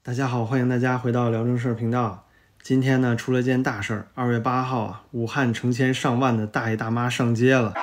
大家好，欢迎大家回到聊正事儿频道。今天呢，出了件大事儿。2月8号啊，武汉成千上万的大爷大妈上街了。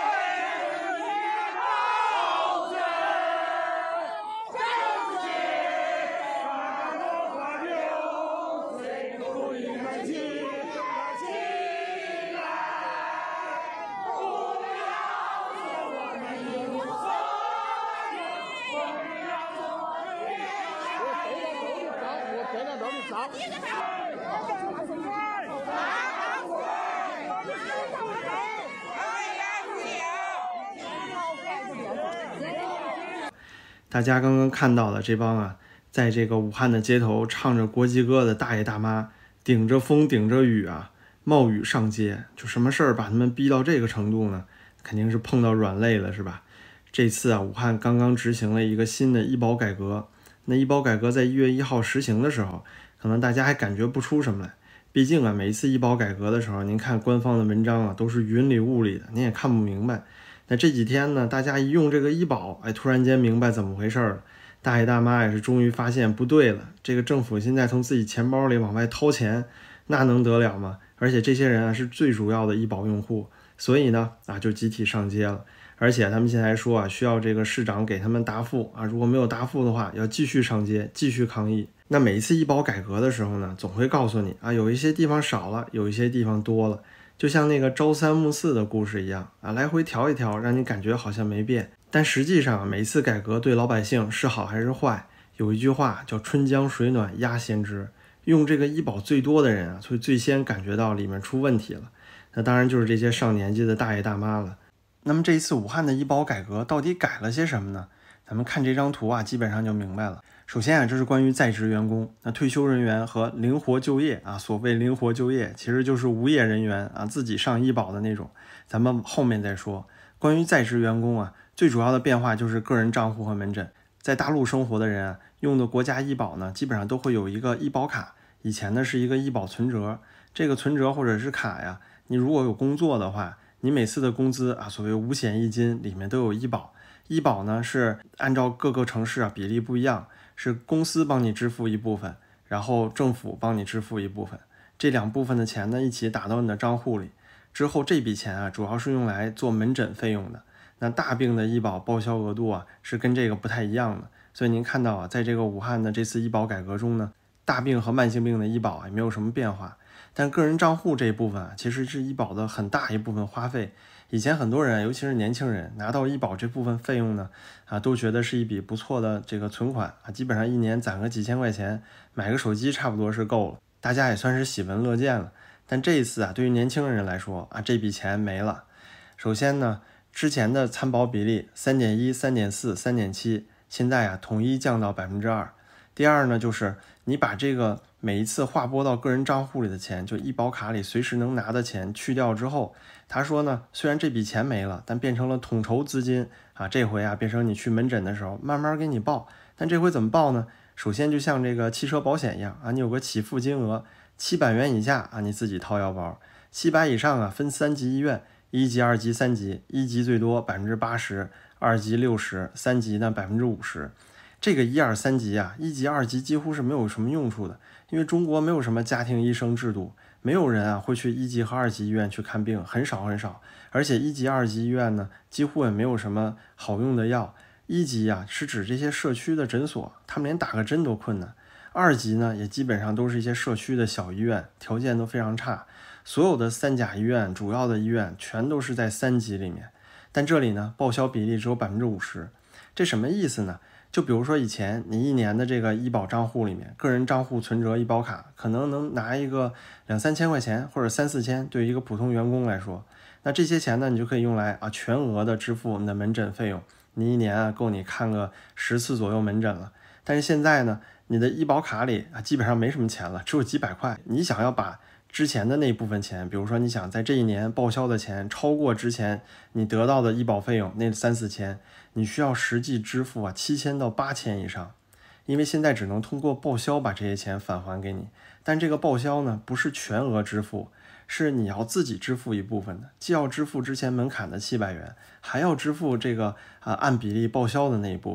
大家刚刚看到了这帮在这个武汉的街头唱着国际歌的大爷大妈，顶着风顶着雨冒雨上街，就什么事儿把他们逼到这个程度呢？肯定是碰到软肋了，是吧？这次武汉刚刚执行了一个新的医保改革。那医保改革在1月1号实行的时候，可能大家还感觉不出什么来。毕竟每一次医保改革的时候，您看官方的文章都是云里雾里的，您也看不明白。那这几天呢，大家一用这个医保，突然间明白怎么回事了。大爷大妈也是终于发现不对了，这个政府现在从自己钱包里往外掏钱，那能得了吗？而且这些人是最主要的医保用户，所以呢就集体上街了。而且他们现在说需要这个市长给他们答复如果没有答复的话，要继续上街，继续抗议。那每一次医保改革的时候呢，总会告诉你有一些地方少了，有一些地方多了，就像那个朝三暮四的故事一样来回调一调，让你感觉好像没变。但实际上每一次改革对老百姓是好还是坏，有一句话叫春江水暖鸭先知，用这个医保最多的人会最先感觉到里面出问题了。那当然就是这些上年纪的大爷大妈了。那么这一次武汉的医保改革到底改了些什么呢？咱们看这张图基本上就明白了。首先这是关于在职员工，那退休人员和灵活就业所谓灵活就业其实就是无业人员自己上医保的那种，咱们后面再说。关于在职员工最主要的变化就是个人账户和门诊。在大陆生活的人用的国家医保呢，基本上都会有一个医保卡，以前呢是一个医保存折，这个存折或者是卡你如果有工作的话，你每次的工资所谓五险一金里面都有医保。医保呢是按照各个城市比例不一样，是公司帮你支付一部分，然后政府帮你支付一部分，这两部分的钱呢一起打到你的账户里，之后这笔钱主要是用来做门诊费用的。那大病的医保报销额度是跟这个不太一样的，所以您看到在这个武汉的这次医保改革中呢，大病和慢性病的医保也没有什么变化。但个人账户这一部分其实是医保的很大一部分花费。以前很多人尤其是年轻人拿到医保这部分费用呢都觉得是一笔不错的这个存款基本上一年攒个几千块钱，买个手机差不多是够了，大家也算是喜闻乐见了。但这一次对于年轻人来说这笔钱没了。首先呢，之前的参保比例 3.1 3.4 3.7 现在统一降到 2%。 第二呢，就是你把这个每一次划拨到个人账户里的钱，就医保卡里随时能拿的钱去掉之后，他说呢，虽然这笔钱没了，但变成了统筹资金这回变成你去门诊的时候慢慢给你报。但这回怎么报呢？首先就像这个汽车保险一样你有个起付金额，700元以下你自己掏腰包，700以上分3级医院，1级、2级、3级，1级最多 80%， 2级 60%， 3级呢 50%。这个1、2、3级1级、2级几乎是没有什么用处的，因为中国没有什么家庭医生制度，没有人会去1级和2级医院去看病，很少很少。而且1级、2级医院呢，几乎也没有什么好用的药。1级是指这些社区的诊所，他们连打个针都困难。2级呢，也基本上都是一些社区的小医院，条件都非常差。所有的3甲医院、主要的医院全都是在3级里面，但这里呢，报销比例只有 50%。 这什么意思呢？就比如说以前你一年的这个医保账户里面，个人账户存折医保卡可能能拿一个2、3千块钱或者3、4千，对于一个普通员工来说，那这些钱呢，你就可以用来全额的支付你的门诊费用，你一年够你看个10次左右门诊了。但是现在呢，你的医保卡里基本上没什么钱了，只有几百块。你想要把之前的那部分钱，比如说你想在这一年报销的钱超过之前你得到的医保费用那3、4千，你需要实际支付7000到8000以上。因为现在只能通过报销把这些钱返还给你，但这个报销呢不是全额支付，是你要自己支付一部分的，既要支付之前门槛的700元，还要支付这个按比例报销的那一部分。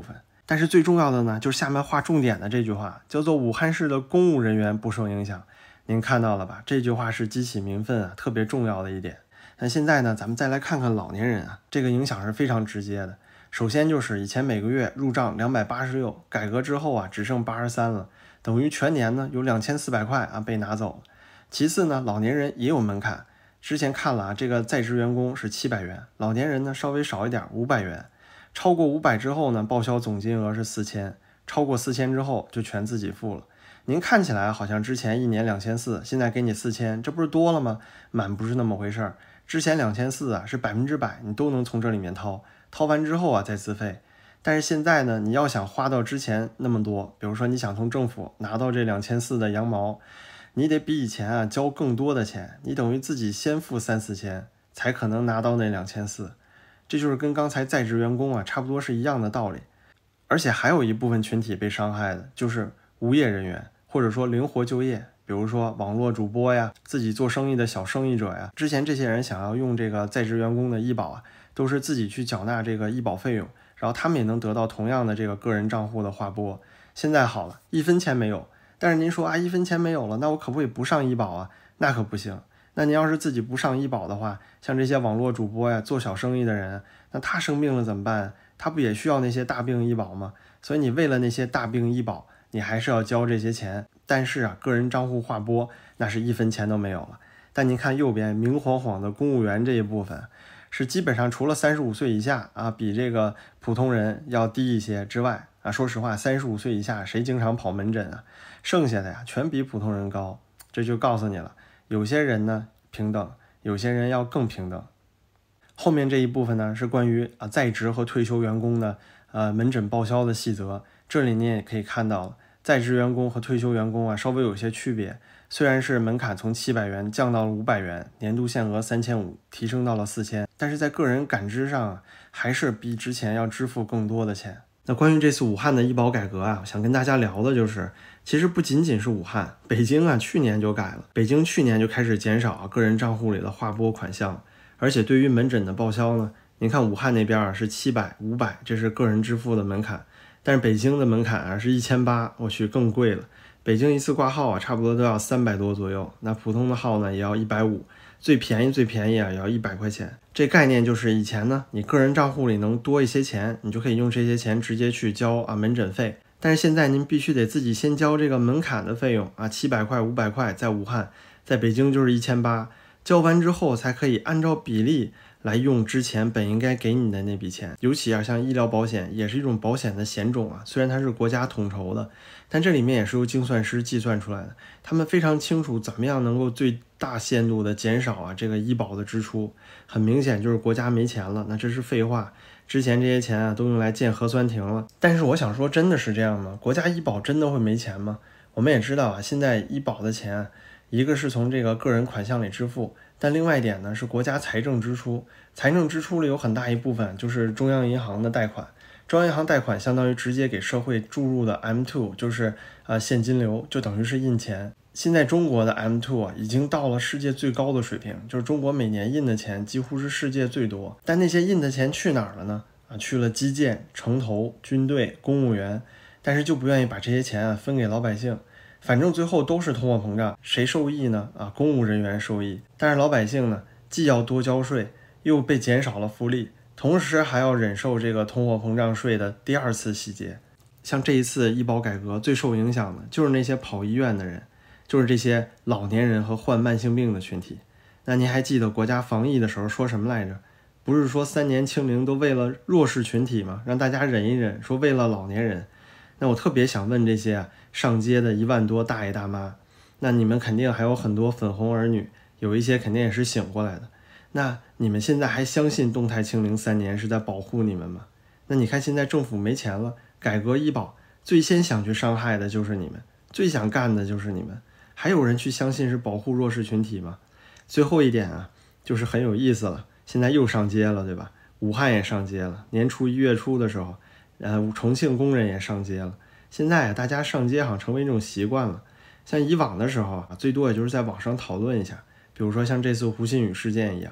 但是最重要的呢，就是下面划重点的这句话，叫做武汉市的公务人员不受影响。您看到了吧？这句话是激起民愤啊，特别重要的一点。那现在呢，咱们再来看看老年人啊，这个影响是非常直接的。首先就是以前每个月入账286，改革之后啊，只剩83了，等于全年呢有2400块啊被拿走了。其次呢，老年人也有门槛，之前看了啊，这个在职员工是700元，老年人呢稍微少一点，500元。超过500之后呢，报销总金额是4000，超过4000之后就全自己付了。您看起来好像之前1年2400，现在给你4000，这不是多了吗？满不是那么回事儿。之前2400啊是100%，你都能从这里面掏，掏完之后啊再自费。但是现在呢，你要想花到之前那么多，比如说你想从政府拿到这2400的羊毛，你得比以前啊交更多的钱，你等于自己先付3-4千，才可能拿到那2400。这就是跟刚才在职员工啊差不多是一样的道理。而且还有一部分群体被伤害的，就是无业人员，或者说灵活就业，比如说网络主播呀，自己做生意的小生意者呀。之前这些人想要用这个在职员工的医保啊，都是自己去缴纳这个医保费用，然后他们也能得到同样的这个个人账户的划拨。现在好了，1分钱没有。但是您说啊，1分钱没有了，那我可不可以不上医保啊？那可不行。那您要是自己不上医保的话，像这些网络主播呀，做小生意的人，那他生病了怎么办？他不也需要那些大病医保吗？所以你为了那些大病医保，你还是要交这些钱。但是啊，个人账户划拨那是1分钱都没有了。但您看右边明晃晃的公务员这一部分，是基本上除了35岁以下啊，比这个普通人要低一些之外啊，说实话，35岁以下谁经常跑门诊啊？剩下的呀，全比普通人高。这就告诉你了。有些人呢平等，有些人要更平等。后面这一部分呢是关于在职和退休员工的门诊报销的细则。这里你也可以看到，在职员工和退休员工啊稍微有些区别。虽然是门槛从700元降到了500元，年度限额3500提升到了4000，但是在个人感知上还是比之前要支付更多的钱。那关于这次武汉的医保改革啊，我想跟大家聊的就是，其实不仅仅是武汉，北京啊去年就改了，北京去年就开始减少个人账户里的划拨款项，而且对于门诊的报销呢，您看武汉那边啊是700、500，这是个人支付的门槛，但是北京的门槛啊是1800，我去更贵了。北京一次挂号啊差不多都要300多左右，那普通的号呢也要150，最便宜啊也要100块钱。这概念就是以前呢，你个人账户里能多一些钱，你就可以用这些钱直接去交门诊费。但是现在您必须得自己先交这个门槛的费用700块、500块，在武汉，在北京就是1800，交完之后才可以按照比例来用之前本应该给你的那笔钱。尤其像医疗保险也是一种保险的险种虽然它是国家统筹的，但这里面也是由精算师计算出来的，他们非常清楚怎么样能够最大限度的减少这个医保的支出。很明显就是国家没钱了，那这是废话，之前这些钱都用来建核酸亭了。但是我想说，真的是这样吗？国家医保真的会没钱吗？我们也知道现在医保的钱一个是从这个个人款项里支付，但另外一点呢是国家财政支出，财政支出里有很大一部分就是中央银行的贷款，中央银行贷款相当于直接给社会注入的 M2， 就是现金流，就等于是印钱。现在中国的 M2 已经到了世界最高的水平，就是中国每年印的钱几乎是世界最多。但那些印的钱去哪儿了呢？去了基建、城投、军队、公务员，但是就不愿意把这些钱分给老百姓。反正最后都是通货膨胀，谁受益呢？公务人员受益，但是老百姓呢，既要多交税，又被减少了福利，同时还要忍受这个通货膨胀税的第二次洗劫。像这一次医保改革最受影响的就是那些跑医院的人，就是这些老年人和患慢性病的群体。那您还记得国家防疫的时候说什么来着？不是说3年清零都为了弱势群体吗？让大家忍一忍，说为了老年人。那我特别想问这些上街的1万多大爷大妈，那你们肯定还有很多粉红儿女，有一些肯定也是醒过来的。那你们现在还相信动态清零3年是在保护你们吗？那你看现在政府没钱了，改革医保，最先想去伤害的就是你们，最想干的就是你们，还有人去相信是保护弱势群体吗？最后一点就是很有意思了，现在又上街了，对吧？武汉也上街了，年初1月初的时候重庆工人也上街了。现在大家上街好像成为一种习惯了，像以往的时候最多也就是在网上讨论一下，比如说像这次胡鑫宇事件一样。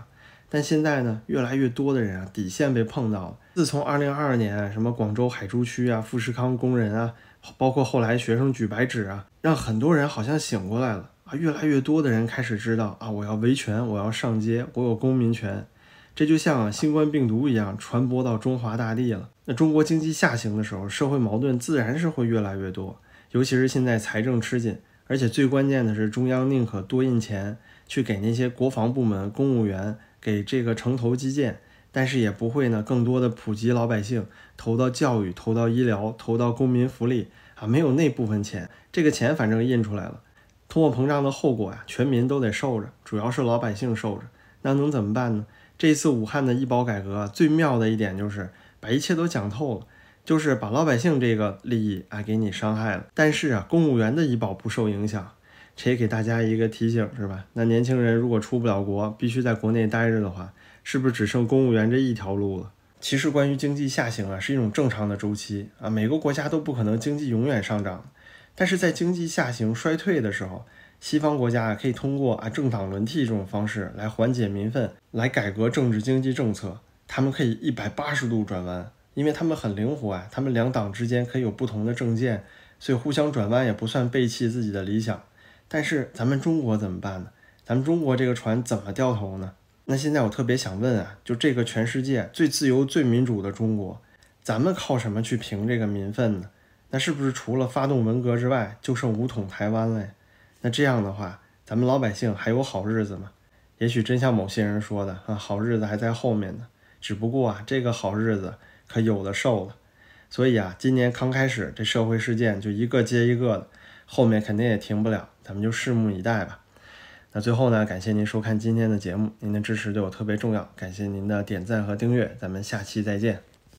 但现在呢，越来越多的人啊，底线被碰到了。自从2022年什么广州海珠区啊、富士康工人啊，包括后来学生举白纸啊，让很多人好像醒过来了啊，越来越多的人开始知道啊，我要维权，我要上街，我有公民权。这就像新冠病毒一样传播到中华大地了。那中国经济下行的时候，社会矛盾自然是会越来越多，尤其是现在财政吃紧，而且最关键的是中央宁可多印钱去给那些国防部门、公务员，给这个城投基建，但是也不会呢更多的普及老百姓，投到教育、投到医疗、投到公民福利啊，没有那部分钱。这个钱反正印出来了，通货膨胀的后果呀，全民都得受着，主要是老百姓受着。那能怎么办呢？这次武汉的医保改革最妙的一点就是把一切都讲透了，就是把老百姓这个利益啊给你伤害了，但是啊公务员的医保不受影响。这也给大家一个提醒，是吧？那年轻人如果出不了国，必须在国内待着的话，是不是只剩公务员这一条路了？其实关于经济下行啊，是一种正常的周期啊，每个国家都不可能经济永远上涨，但是在经济下行衰退的时候，西方国家可以通过政党轮替这种方式来缓解民愤，来改革政治经济政策。他们可以180度转弯，因为他们很灵活啊，他们两党之间可以有不同的政见，所以互相转弯也不算背弃自己的理想。但是咱们中国怎么办呢？咱们中国这个船怎么掉头呢？那现在我特别想问啊，就这个全世界最自由最民主的中国，咱们靠什么去平这个民愤呢？那是不是除了发动文革之外，就剩武统台湾了呀？那这样的话，咱们老百姓还有好日子吗？也许真像某些人说的啊，好日子还在后面呢。只不过啊，这个好日子可有的受了。所以啊，今年刚开始，这社会事件就一个接一个的，后面肯定也停不了，咱们就拭目以待吧。那最后呢，感谢您收看今天的节目，您的支持对我特别重要，感谢您的点赞和订阅，咱们下期再见。